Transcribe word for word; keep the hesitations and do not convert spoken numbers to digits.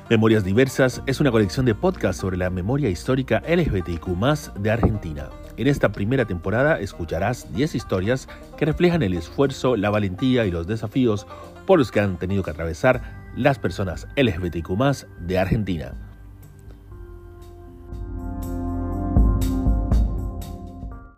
Memorias Diversas es una colección de podcasts sobre la memoria histórica L G B T I Q más, de Argentina. En esta primera temporada escucharás diez historias que reflejan el esfuerzo, la valentía y los desafíos por los que han tenido que atravesar las personas L G B T I Q más, de Argentina.